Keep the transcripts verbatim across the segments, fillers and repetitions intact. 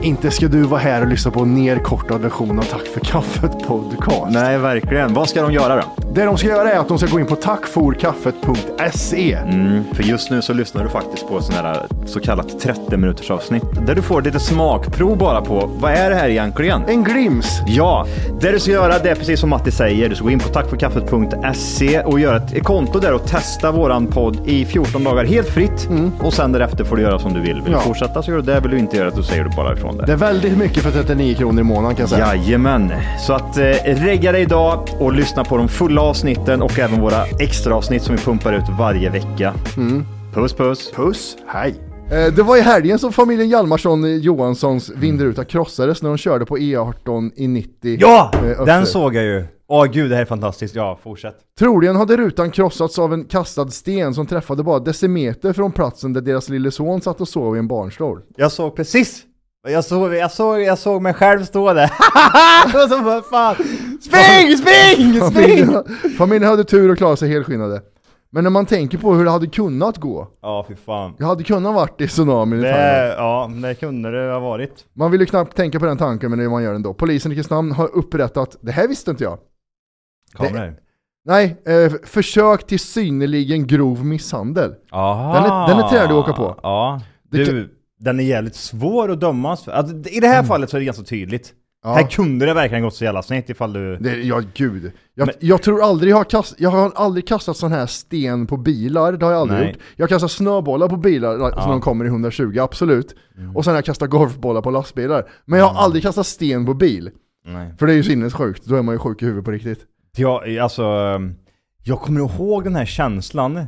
Inte ska du vara här och lyssna på en nerkortad version av Tack för kaffet podcast. Nej, verkligen. Vad ska de göra då? Det de ska göra är att de ska gå in på tackforkaffet punkt se. Mm, för just nu så lyssnar du faktiskt på sån här så kallat trettio minuters avsnitt där du får lite smakprov bara på vad är det här egentligen? En glims. Ja, det du ska göra det är precis som Matti säger. Du ska gå in på tackforkaffet punkt se och göra ett, ett konto där och testa våran podd i fjorton dagar helt fritt. Mm. Och sen därefter får du göra som du vill. Vill ja. du fortsätta så gör du det. Vill du inte göra det så säger du bara ifrån det. Det är väldigt mycket för trettionio kronor i månaden kan jag säga. Jajamän. Så att eh, regga dig idag och lyssna på de fulla avsnitten och även våra extra avsnitt som vi pumpar ut varje vecka. Mm. Puss, puss. Puss, hej. Eh, det var i helgen som familjen Hjalmarsson Johanssons vindruta krossades när de körde på E arton i nittio. Ja, eh, den såg jag ju. Åh gud, det här är fantastiskt. Ja, fortsätt. Troligen hade rutan krossats av en kastad sten som träffade bara decimeter från platsen där deras lille son satt och sov i en barnstol. Jag såg precis. Jag såg, jag såg, jag såg mig själv stå där. Så vad fan. Spring, spring, spring! Familjen, familjen hade tur och klarade sig helskinnade. Men när man tänker på hur det hade kunnat gå. Ja, fy fan. Det hade kunnat varit i tsunamin. Det, ja, det kunde det ha varit. Man vill ju knappt tänka på den tanken, men det man gör ändå. Polisen i Kristinehamn har upprättat, det här visste inte jag. Det, nej, eh, försök till synnerligen grov misshandel. Aha. Den är, den är trälig att åka på. Ja, du, kan... den är jävligt svår att dömas för. Alltså, i det här mm. fallet så är det ganska tydligt. Ja. Här kunde det verkligen gått så jävla snett ifall du... Det, ja, gud. Jag, Men... jag tror aldrig jag har, kast, jag har aldrig kastat sån här sten på bilar. Det har jag aldrig Nej. gjort. Jag kastar snöbollar på bilar ja. som de kommer i hundratjugo, absolut. Mm. Och sen har jag kastat golfbollar på lastbilar. Men jag har mm. aldrig kastat sten på bil. Nej. För det är ju sinnessjukt. Då är man ju sjuk i huvudet på riktigt. Ja, alltså... Jag kommer ihåg den här känslan...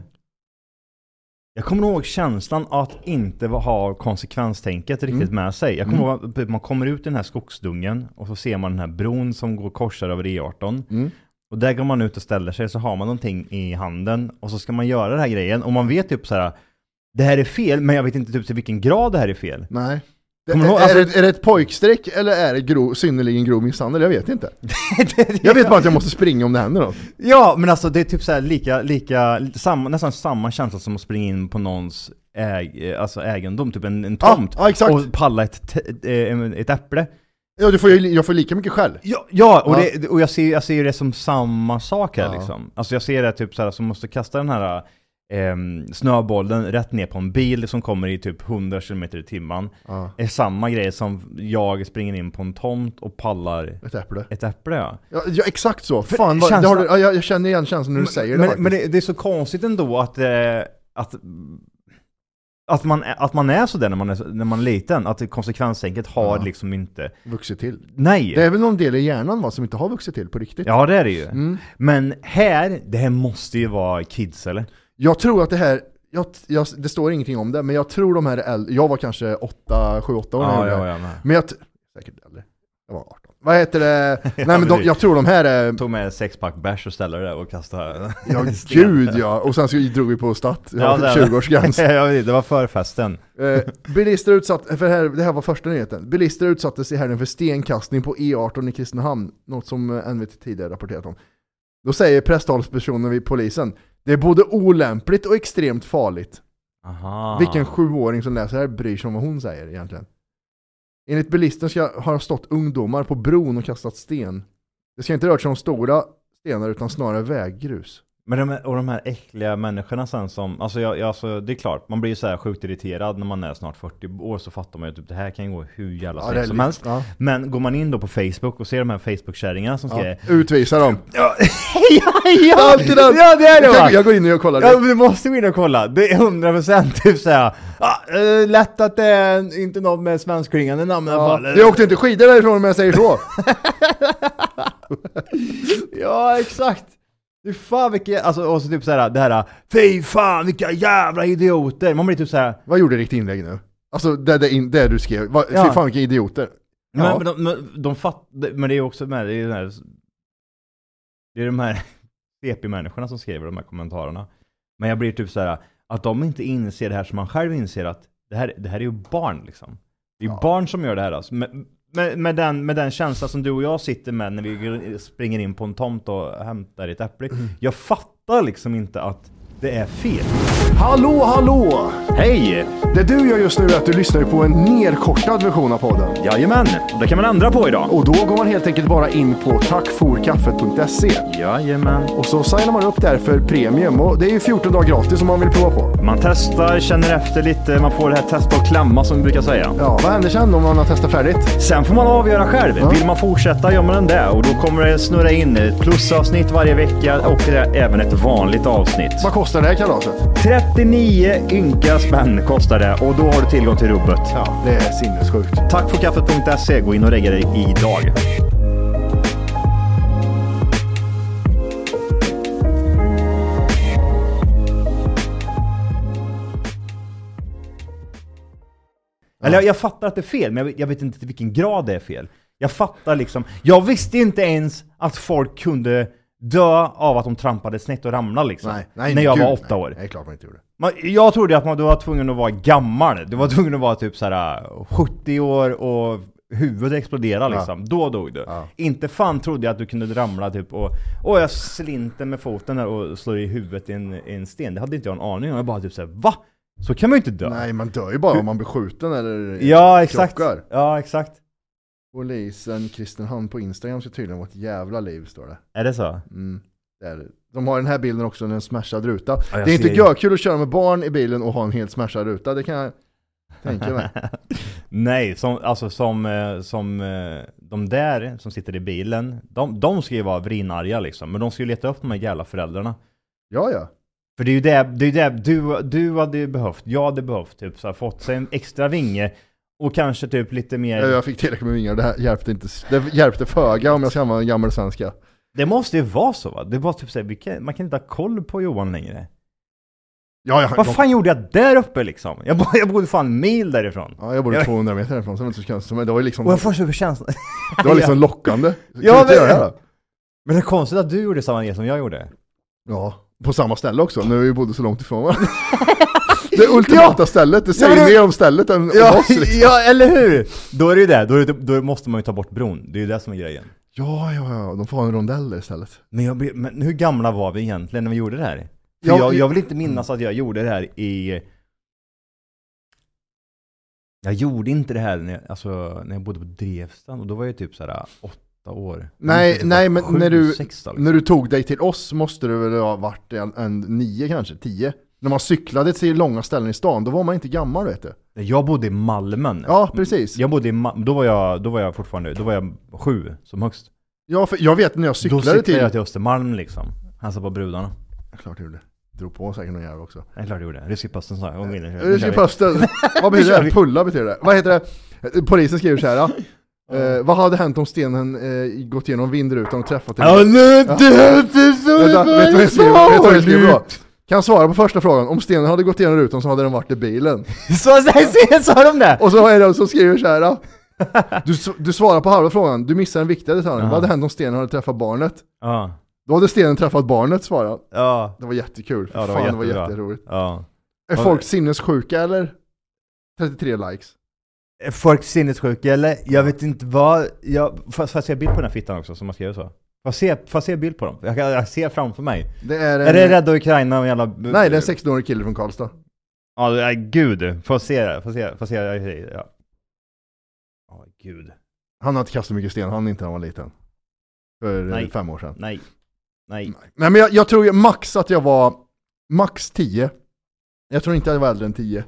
Jag kommer ihåg känslan att inte ha konsekvenstänket riktigt mm. med sig. Jag kommer mm. ihåg att man kommer ut i den här skogsdungen och så ser man den här bron som går korsar över E arton. Mm. Och där går man ut och ställer sig så har man någonting i handen och så ska man göra den här grejen. Och man vet typ så här, det här är fel, men jag vet inte typ till vilken grad det här är fel. Nej. Det, är, alltså, är, det, är det ett pojkstreck eller är det grov, synnerligen grov misshandel? Jag vet inte. Jag vet bara att jag måste springa om det händer något. Ja, men alltså det är typ så här lika, lika samma, nästan samma känsla som att springa in på någons äg, alltså ägendom, typ en, en tomt. Ja, ja, exakt. Och palla ett, ett, ett äpple. Ja, du får ju, jag får lika mycket själv. Ja, ja och, ja. Det, och jag ser, jag ser det som samma sak här ja. liksom. Alltså jag ser det typ så här som måste kasta den här... Eh, snöbollen rätt ner på en bil som kommer i typ hundra kilometer i timmen ah. är samma grej som jag springer in på en tomt och pallar ett äpple. Ett äpple, ja. Ja, ja exakt så. Fan, vad, det har du, jag, jag känner igen känslan när du men, säger men, det. Men det, det är så konstigt ändå att eh, att att man att man är så där när man är när man är liten, att konsekvenstänket har ja. liksom inte vuxit till. Nej. Det är väl någon del i hjärnan va, som inte har vuxit till på riktigt. Ja, det är det ju. Mm. Men här, det här måste ju vara kids eller? Jag tror att det här Jag, jag, det står ingenting om det, men jag tror de här är äldre. Jag var kanske åtta, sju, åtta år. Ja, ja, ja, men jag säkert äldre. Jag var arton. Vad heter det? ja, nej, men de, jag tror de här är... Tog med sexpack bärs och ställde det och kastade. Ja, gud ja. Och sen så drog vi på stat. Ja, tjugo-årsgräns. ja, det var förfesten. Eh, bilister utsatt, för här, det här var första nyheten. Bilister utsattes i helgen för stenkastning på E arton i Kristinehamn. Något som N V T tidigare rapporterat om. Då säger presstalspersonen vid polisen: det är både olämpligt och extremt farligt. Aha. Vilken sjuåring som läser här bryr sig om vad hon säger egentligen. Enligt bilisten ska ha stått ungdomar på bron och kastat sten. Det ska inte röra sig om stora stenar utan snarare väggrus. Men de, och de här äckliga människorna sen som, alltså, jag, jag, alltså det är klart, man blir ju så här sjukt irriterad när man är snart fyrtio år, så fattar man ju typ det här kan gå hur jävla snabbt ja, som helst. Ja. Men går man in då på Facebook och ser de här Facebook-kärringarna som ska... Ja, utvisa dem. Ja, ja, ja, alltid ja, det är det va? Jag, jag går in och kollar det. Ja, men du måste gå in och kolla. Det är hundra procent typ såhär, ah, lätt att det är inte något med svenskklingande namn i alla fall. Jag åkte inte skidor därifrån om jag säger så. Ja, exakt. Fy fan vilka, alltså, och så typ såhär, det här, fy fan vilka jävla idioter. Man blir typ såhär. Vad gjorde ditt inlägg nu? Alltså det, det, det du skrev, Va, ja. Fy fan vilka idioter. Men, ja. men, de, men de fatt, men det är också med, det är, här, det är de här C P-människorna som skriver de här kommentarerna. Men jag blir typ såhär, att de inte inser det här som man själv inser, att det här, det här är ju barn liksom. Det är ju ja. barn som gör det här alltså. Men, Med, med, den, med den känsla som du och jag sitter med när vi springer in på en tomt och hämtar ett äpple. Mm. Jag fattar liksom inte att det är fel. Hallå, hallå! Hej! Det du gör just nu är att du lyssnar på en nedkortad version av podden. Jajamän, det kan man ändra på idag. Och då går man helt enkelt bara in på tackforkaffet punkt se. Jajamän. Och så signar man upp där för premium. Och det är ju fjorton dagar gratis om man vill prova på. Man testar, känner efter lite, man får det här testa och klämma som vi brukar säga. Ja, vad händer sen om man har testat färdigt? Sen får man avgöra själv. Ja. Vill man fortsätta gör man den där. Och då kommer det snurra in ett plusavsnitt varje vecka och det är även ett vanligt avsnitt. Vad kostar det här kalaset? trettionio ynka spänn kostar det och då har du tillgång till rubbet. Ja, det är sinnessjukt. Tack för kaffet punkt se. Gå in och regga dig idag. Eller jag, jag fattar att det är fel, men jag, jag vet inte till vilken grad det är fel. Jag fattar liksom. Jag visste inte ens att folk kunde dö av att de trampade snett och ramlade liksom. Nej, nej, när jag gud, var åtta nej, år. Det är klart man inte gjorde. Man, jag trodde att man, du var tvungen att vara gammal. Du var tvungen att vara typ såhär sjuttio år och huvudet exploderade liksom. Ja. Då dog du. Ja. Inte fan trodde jag att du kunde ramla typ och och jag slinter med foten där och slår i huvudet i en, i en sten. Det hade inte jag en aning om. Jag bara typ såhär, va? Så kan man ju inte dö. Nej, man dör ju bara Hur? om man blir skjuten eller ja, exakt. krockar. Ja, exakt. Polisen Kristenhamn på Instagram ska tydligen vara ett jävla liv, står det. Är det så? Mm, det är det. De har den här bilden också, en smashad ruta. Ja, det är inte görkul att köra med barn i bilen och ha en helt smashad ruta. Det kan jag tänka mig. Nej, som, alltså som, som de där som sitter i bilen, de, de ska ju vara vrinarga liksom. Men de ska ju leta upp de här jävla föräldrarna. Ja, ja. För det är ju det, det, är ju det du, du hade behövt, jag hade behövt typ så här, fått sig en extra vinge och kanske typ lite mer. Ja, jag fick tillräckligt med vingar, det här hjälpte inte. Det hjälpte föga om jag ska använda en gammal svenska. Det måste ju vara så, va? Det var typ så här, man kan inte ha koll på Johan längre. Ja, jag, Vad fan de... gjorde jag där uppe liksom? Jag, bo, jag bodde fan mil därifrån. Ja, jag bodde jag... tvåhundra meter därifrån. Som inte så konstigt, men det var liksom. Och jag får så känslan. Det var liksom lockande. Ja, men... Göra? Men det är konstigt att du gjorde samma grej som jag gjorde. Ja, på samma ställe också. Nu är vi bodde så långt ifrån varandra. Det ultimata ja. stället, det säger ja, mer om stället än ja, om oss liksom. Ja, eller hur? Då är det ju det, då, är det, då måste man ju ta bort bron. Det är ju det som är grejen. Ja, ja, ja, de får ha en rondell istället. Men, jag, men hur gamla var vi egentligen när vi gjorde det här? För ja, jag, jag vill inte minnas att jag gjorde det här i... Jag gjorde inte det här när jag, alltså, när jag bodde på Drevstan. Och då var jag typ såhär åtta år. Nej, nej men sju, när, du, sex, när du tog dig till oss måste du väl ha varit en, en nio kanske, tio. När man cyklade till långa ställen i stan, då var man inte gammal, vet du. Jag bodde i Malmön. Ja, precis. Jag bodde i Ma- då var jag då var jag fortfarande då var jag sju som högst. Ja, för jag vet när jag cyklade till. Då cyklade jag till Östermalm liksom. Hälsa på brudarna. Ja, klart jag gjorde. Drog på säkert någon jävla också. Ja, klart jag gjorde. Ryskiposten sa jag. Ryskiposten. Vad betyder det? Pulla betyder det. Vad heter det? Polisen skriver så här. Ja. Uh, vad hade hänt om stenen uh, gått igenom vindrutan och träffat en... Ja, nu det så. Vet du vad jag skriver? Vet du vad jag skriver då? Kan svara på första frågan. Om stenen hade gått igenom rutan så hade den varit i bilen. Så sa de det. Och så är det som skriver så här. Ja. Du, du svarar på halva frågan. Du missar en viktig detalj. Vad hade hänt om stenen hade träffat barnet? Ja. Då hade stenen träffat barnet, svarade. Ja. Det var jättekul. Ja, det Fan, var det var jätteroligt. Ja. Är folk sinnessjuka eller? trettiotre likes. Är folk sinnessjuka eller? Jag vet inte vad. Jag får, får jag se bild på den här fittan också som man skriver så. Får jag se, får jag se bild på dem? Jag, jag ser framför mig. Det är, en... är det Rädda Ukraina och jävla... Nej, det är en sexton-årig kille från Karlstad. Ja, det är gud. Får se det. Får se, får se. Ja. Ja, gud. Han har inte kastat mycket sten, han inte när han var liten. För Nej. fem år sedan. Nej. Nej. Nej, men jag, jag tror max att jag var max tio. Jag tror inte jag var äldre än tio.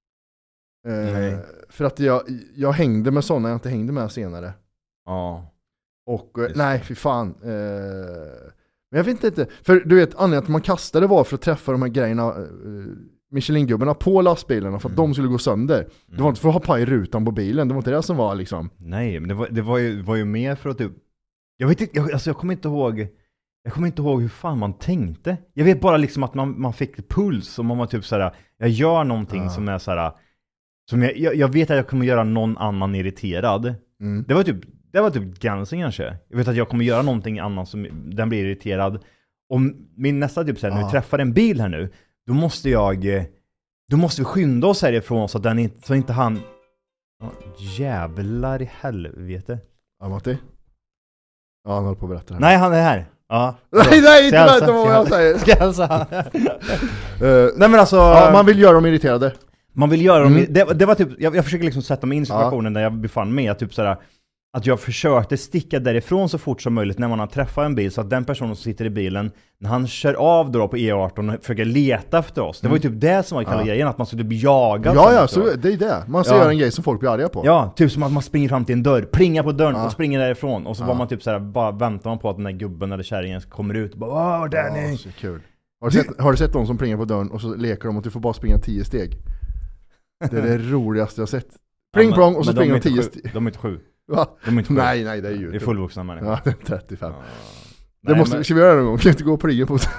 Eh, för att jag, jag hängde med sådana jag inte hängde med senare. Ja. Och eh, nej, fy fan. Eh, men jag vet inte. För du vet, anledningen att man kastade var för att träffa de här grejerna, eh, Michelin-gubbarna på lastbilarna för att mm. de skulle gå sönder. Mm. Det var inte för att ha paj rutan på bilen. Det var inte det som var liksom. Nej, men det var, det var, ju, var ju mer för att typ... Jag vet inte, jag, alltså jag kommer inte ihåg... Jag kommer inte ihåg hur fan man tänkte. Jag vet bara liksom att man, man fick puls och man var typ såhär, jag gör någonting ja. som är såhär, som jag, jag, jag vet att jag kommer göra någon annan irriterad. Mm. Det var typ, det var typ ganska kanske. Jag vet att jag kommer göra någonting annat som den blir irriterad. Och min nästa typ såhär, ja. när vi träffar en bil här nu, då måste jag, då måste vi skynda oss härifrån så att den inte, så inte han, oh, jävlar i helvete. Ja, Matti. Ja, han håller på att berätta det här. Nej, han är här. Ja. Nej, nej, inte Ska vänta på vad jag säger. Ska jag hälsa? Uh, Nej men alltså, ja, man vill göra dem irriterade. man vill göra Mm. dem, det, det var typ, jag, jag försöker liksom sätta mig in i situationen Ja. där jag befann mig, att typ sådär, att jag försökte sticka därifrån så fort som möjligt när man har träffat en bil, så att den personen som sitter i bilen, när han kör av då på E arton och försöker leta efter oss, det var ju typ det som var själva Ja. grejen, att man skulle bli jagad. Ja, ja, så. så det är det. Man ska Ja. göra en grej som folk blir arga på. Ja, typ som att man springer fram till en dörr, plingar på dörren Ja. och springer därifrån. Och så Ja. var man typ såhär, bara väntar man på att den där gubben eller kärringen kommer ut och bara, åh, Danny! Ja, så kul. Har du, sett, har du sett de som plingar på dörren och så leker de och du får bara springa tio steg? Det är det roligaste jag sett. Pling Ja, plong och så men springer de de är tio inte steg. sju. De är inte sju. Va? De är inte sju. Nej, nej, det är ju Det är fullvuxna människor. Ja, det är trettiofem. Ja. Det Nej, måste, men- ska vi göra det någon gång? Kan vi inte gå och plinga på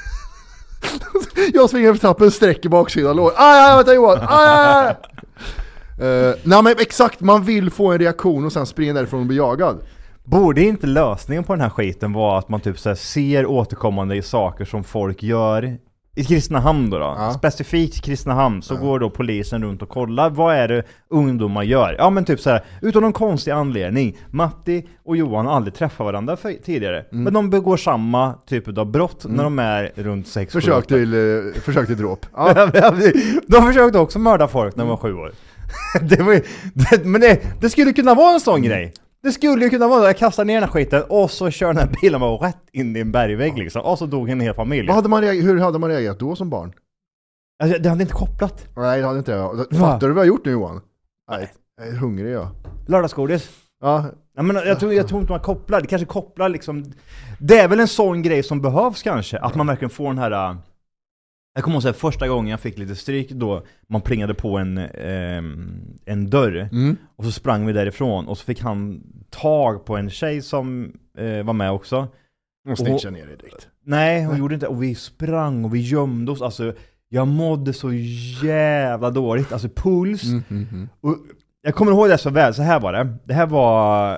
jag springer över trappen, sträcker baksidan lår. Aj, aj, vänta Johan! Aj, aj, aj. Uh, nej men exakt, man vill få en reaktion och sen springa därifrån och bli jagad. Borde inte lösningen på den här skiten vara att man typ så här ser återkommande i saker som folk gör i Kristinehamn då, då. Ja. Specifikt Kristinehamn så går då polisen runt och kollar vad är det ungdomar gör. Ja men typ så här, utan någon konstig anledning. Matti och Johan har aldrig träffat varandra för, tidigare. Men de begår samma typ av brott när de är runt sex sju Försök år. till, uh, försök till dråp. Ja. De försökte också mörda folk när de var sju år. det var ju, det, men det, det skulle kunna vara en sån grej. Det skulle ju kunna vara att jag kastar ner den här skiten och så kör den här bilen bara rätt in i en bergvägg liksom. Och så dog en hel familj. Vad hade man reagerat, hur hade man reagerat då som barn? Alltså, det hade inte kopplat. Nej, det hade inte jag. Fattar du vad jag har gjort nu Johan? Nej, jag är hungrig jag. Lördagsgodis. Ja, Ja, men jag, tror, jag tror inte man kopplar. Det kanske kopplar liksom. Det är väl en sån grej som behövs kanske. Att man verkligen får den här. äh, Jag kommer ihåg så här, första gången jag fick lite stryk då man plingade på en, ehm, en dörr. mm. Och så sprang vi därifrån. Och så fick han tag på en tjej som eh, var med också. Och snitcha ner det direkt. Nej, hon gjorde inte. Och vi sprang och vi gömde oss. Alltså, jag mådde så jävla dåligt. Alltså puls. Mm, mm, mm. Och jag kommer ihåg det så väl. Så här var det. Det här var...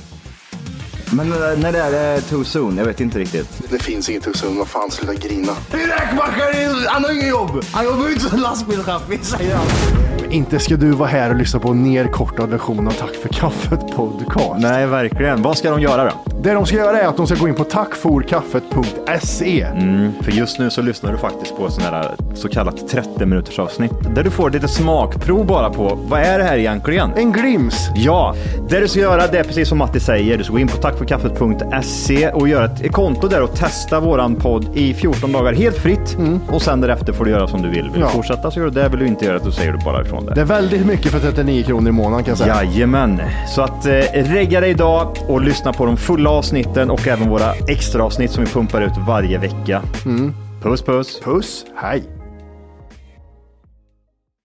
Men när det är too soon, jag vet inte riktigt. Det finns inget hos honom, vad fan, sluta grina. Räkmackare, han har ingen jobb. Han jobbar inte som lastbilschaffis, säger han. Inte ska du vara här och lyssna på en nerkortad version av Tack för kaffet podcast. Nej, verkligen. Vad ska de göra då? Det de ska göra är att de ska gå in på tackforkaffet punkt se. Mm, för just nu så lyssnar du faktiskt på sån här så kallat trettio minuters avsnitt där du får lite smakprov bara på vad är det här egentligen? En glims. Ja, det du ska göra det är precis som Matti säger. Du ska gå in på tackforkaffet punkt se och göra ett konto där och testa våran podd i fjorton dagar helt fritt. Mm. Och sen därefter får du göra som du vill. Vill Ja. du fortsätta så gör du det. Vill du inte göra det, då säger du bara ifrån det. Det är väldigt mycket för trettionio kronor i månaden kan jag säga. Jajamän. Så att eh, regga dig idag och lyssna på de fulla avsnitten och även våra extra avsnitt som vi pumpar ut varje vecka. Mm. Puss puss. Puss, hej.